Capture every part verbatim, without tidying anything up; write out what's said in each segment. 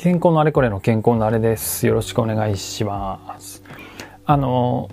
健康のあれこれの健康のあれです。よろしくお願いします。あの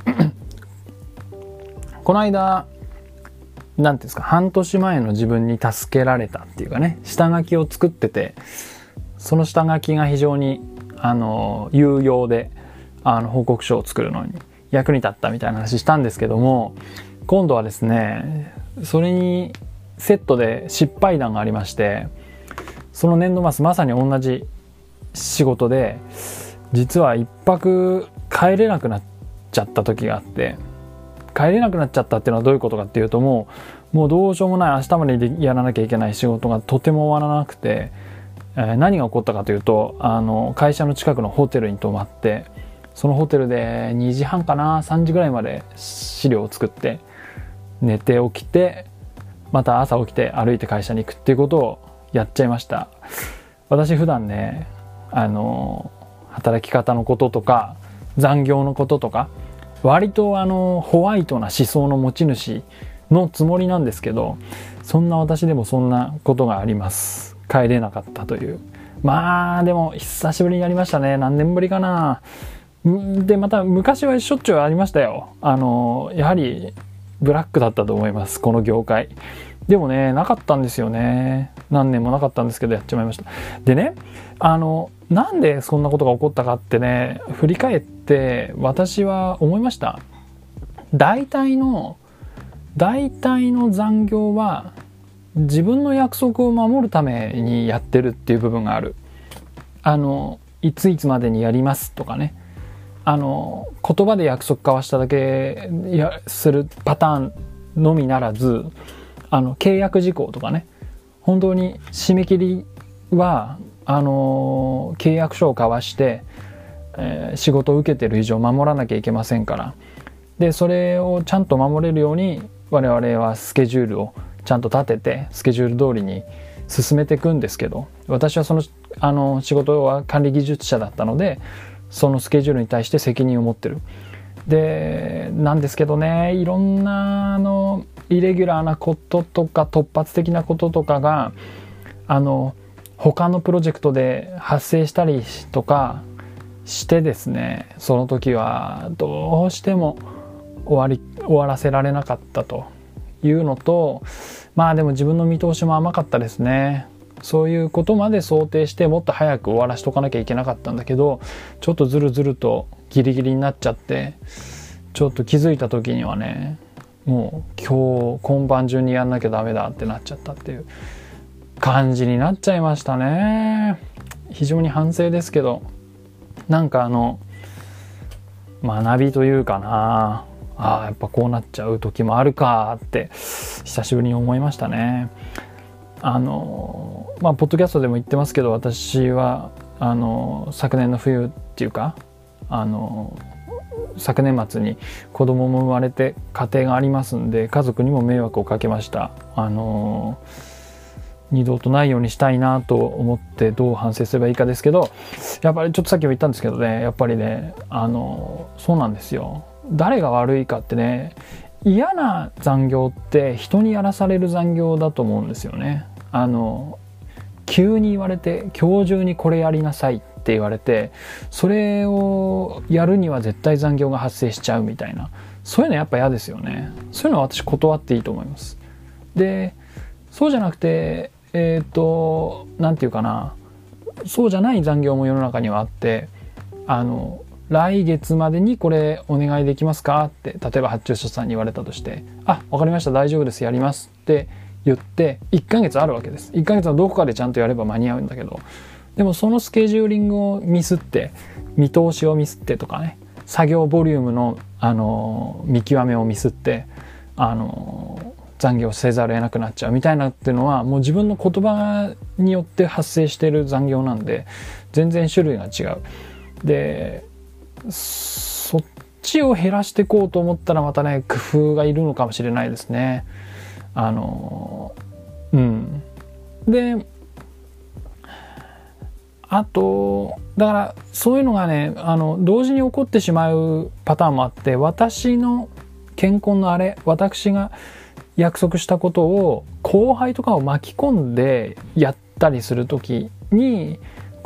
この間なんていうんですか、半年前の自分に助けられたっていうかね、下書きを作ってて、その下書きが非常にあの有用で、あの報告書を作るのに役に立ったみたいな話したんですけども、今度はですね、それにセットで失敗談がありまして、その年度末まさに同じ仕事で、実は一泊帰れなくなっちゃった時があって、帰れなくなっちゃったっていうのはどういうことかっていうと、もうもうどうしようもない、明日までやらなきゃいけない仕事がとても終わらなくて、えー、何が起こったかというと、あの会社の近くのホテルに泊まって、そのホテルでにじはんかなさんじぐらいまで資料を作って、寝て起きて、また朝起きて歩いて会社に行くっていうことをやっちゃいました。私普段ね、あの働き方のこととか残業のこととか、割とあのホワイトな思想の持ち主のつもりなんですけど、そんな私でもそんなことがあります。帰れなかったという。まあでも久しぶりにやりましたね。何年ぶりかな。でまた昔はしょっちゅうありましたよ。あのやはりブラックだったと思います、この業界。でもね、なかったんですよね。何年もなかったんですけど、やっちまいました。でね、あのなんでそんなことが起こったかってね、振り返って私は思いました。大体の大体の残業は自分の約束を守るためにやってるっていう部分がある。あのいついつまでにやりますとかね、あの言葉で約束交わしただけやするパターンのみならず、あの契約事項とかね、本当に締め切りはあの契約書を交わして、えー、仕事を受けてる以上守らなきゃいけませんから。でそれをちゃんと守れるように我々はスケジュールをちゃんと立てて、スケジュール通りに進めていくんですけど、私はそのあの仕事は管理技術者だったので、そのスケジュールに対して責任を持ってる。でなんですけどね、いろんなあのイレギュラーなこととか突発的なこととかがあの他のプロジェクトで発生したりとかしてですね、その時はどうしても終わり終わらせられなかったというのと、まあでも自分の見通しも甘かったですね。そういうことまで想定してもっと早く終わらしとかなきゃいけなかったんだけど、ちょっとずるずるとギリギリになっちゃって、ちょっと気づいた時にはね、もう今日今晩中にやんなきゃダメだってなっちゃったっていう感じになっちゃいましたね。非常に反省ですけど、なんかあの学びというかな、ああやっぱこうなっちゃう時もあるかって久しぶりに思いましたね。あのまあポッドキャストでも言ってますけど、私はあの昨年の冬っていうか、あの昨年末に子供も生まれて家庭がありますんで、家族にも迷惑をかけました。あの二度とないようにしたいなと思ってどう反省すればいいかですけど、やっぱりちょっとさっきも言ったんですけどね、やっぱりね、あのそうなんですよ。誰が悪いかってね、嫌な残業って人にやらされる残業だと思うんですよね。あの急に言われて、今日中にこれやりなさいって言われて、それをやるには絶対残業が発生しちゃうみたいな、そういうのやっぱ嫌ですよね。そういうのは私断っていいと思います。でそうじゃなくて、えっとなんていうかな、そうじゃない残業も世の中にはあって、あの来月までにこれお願いできますかって、例えば発注者さんに言われたとして、あ、わかりました、大丈夫です、やりますって言っていっかげつあるわけです。いっかげつのどこかでちゃんとやれば間に合うんだけど、でもそのスケジューリングをミスって、見通しをミスってとかね、作業ボリュームの、あの見極めをミスって、あの残業せざるを得なくなっちゃうみたいなっていうのは、もう自分の言葉によって発生している残業なんで、全然種類が違う。でそっちを減らしていこうと思ったらまたね、工夫がいるのかもしれないですね。あのうんであとだからそういうのがね、あの同時に起こってしまうパターンもあって、私の健康のあれ、私が約束したことを後輩とかを巻き込んでやったりするときに、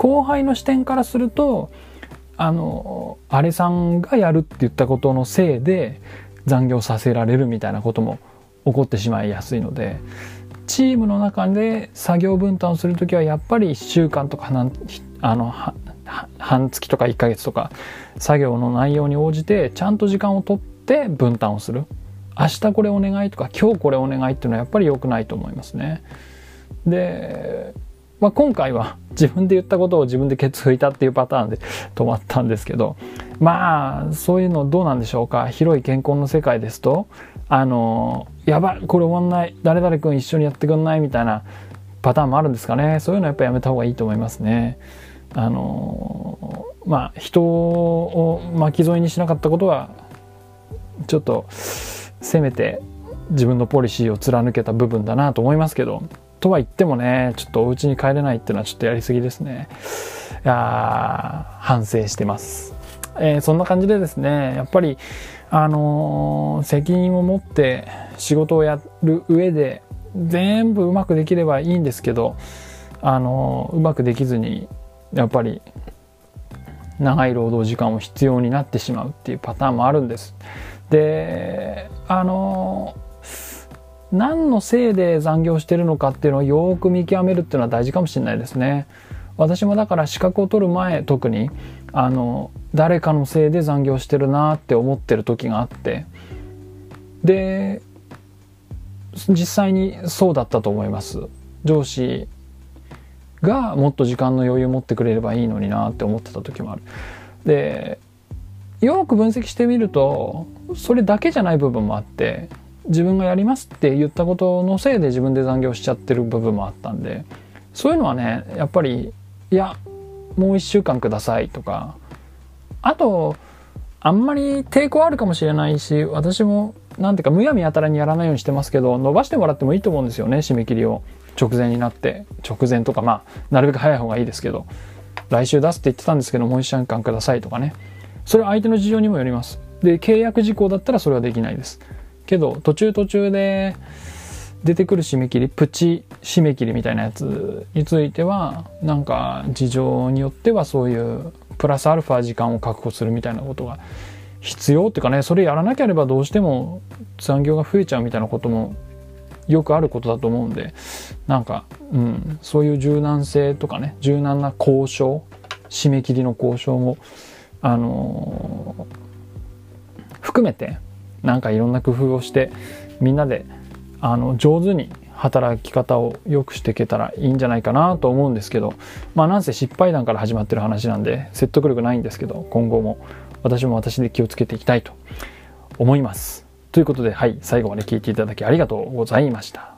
後輩の視点からすると、あの、あれさんがやるって言ったことのせいで残業させられるみたいなことも起こってしまいやすいので、チームの中で作業分担をするときはやっぱりいっしゅうかんとかなんあの半月とかいっかげつとか作業の内容に応じてちゃんと時間をとって分担をする。明日これお願いとか今日これお願いっていうのはやっぱり良くないと思いますね。で、まあ、今回は自分で言ったことを自分でケツ拭いたっていうパターンで止まったんですけど、まあそういうのどうなんでしょうか。広い健康の世界ですと、あのやばいこれ終わんない、誰々君一緒にやってくんないみたいなパターンもあるんですかね。そういうのはやっぱりやめた方がいいと思いますね。あのまあ人を巻き添えにしなかったことはちょっとせめて自分のポリシーを貫けた部分だなと思いますけど、とは言ってもね、ちょっとお家に帰れないっていうのはちょっとやりすぎですね。いやー、反省してます。えー、そんな感じでですね、やっぱりあのー、責任を持って仕事をやる上で全部うまくできればいいんですけど、あのー、うまくできずにやっぱり長い労働時間を必要になってしまうっていうパターンもあるんです。で、あの何のせいで残業してるのかっていうのをよく見極めるっていうのは大事かもしれないですね。私もだから資格を取る前、特にあの誰かのせいで残業してるなって思ってる時があって、で実際にそうだったと思います。上司がもっと時間の余裕を持ってくれればいいのになって思ってた時もある。でよく分析してみるとそれだけじゃない部分もあって、自分がやりますって言ったことのせいで自分で残業しちゃってる部分もあったんで、そういうのはねやっぱりいやもういっしゅうかんくださいとか、あとあんまり抵抗あるかもしれないし、私もなんていうかむやみやたらにやらないようにしてますけど、伸ばしてもらってもいいと思うんですよね。締め切りを直前になって、直前とかまあなるべく早い方がいいですけど、来週出すって言ってたんですけどもういっしゅうかんくださいとかね、それは相手の事情にもよります。で契約事項だったらそれはできないですけど、途中途中で出てくる締め切り、プチ締め切りみたいなやつについてはなんか事情によってはそういうプラスアルファ時間を確保するみたいなことが必要っていうかね、それやらなければどうしても残業が増えちゃうみたいなこともよくあることだと思うんで、なんか、うん、そういう柔軟性とかね、柔軟な交渉、締め切りの交渉もあのー、含めてなんかいろんな工夫をしてみんなであの上手に働き方を良くしていけたらいいんじゃないかなと思うんですけど、まあなんせ失敗談から始まってる話なんで説得力ないんですけど、今後も私も私で気をつけていきたいと思います。ということで、はい、最後まで聞いていただきありがとうございました。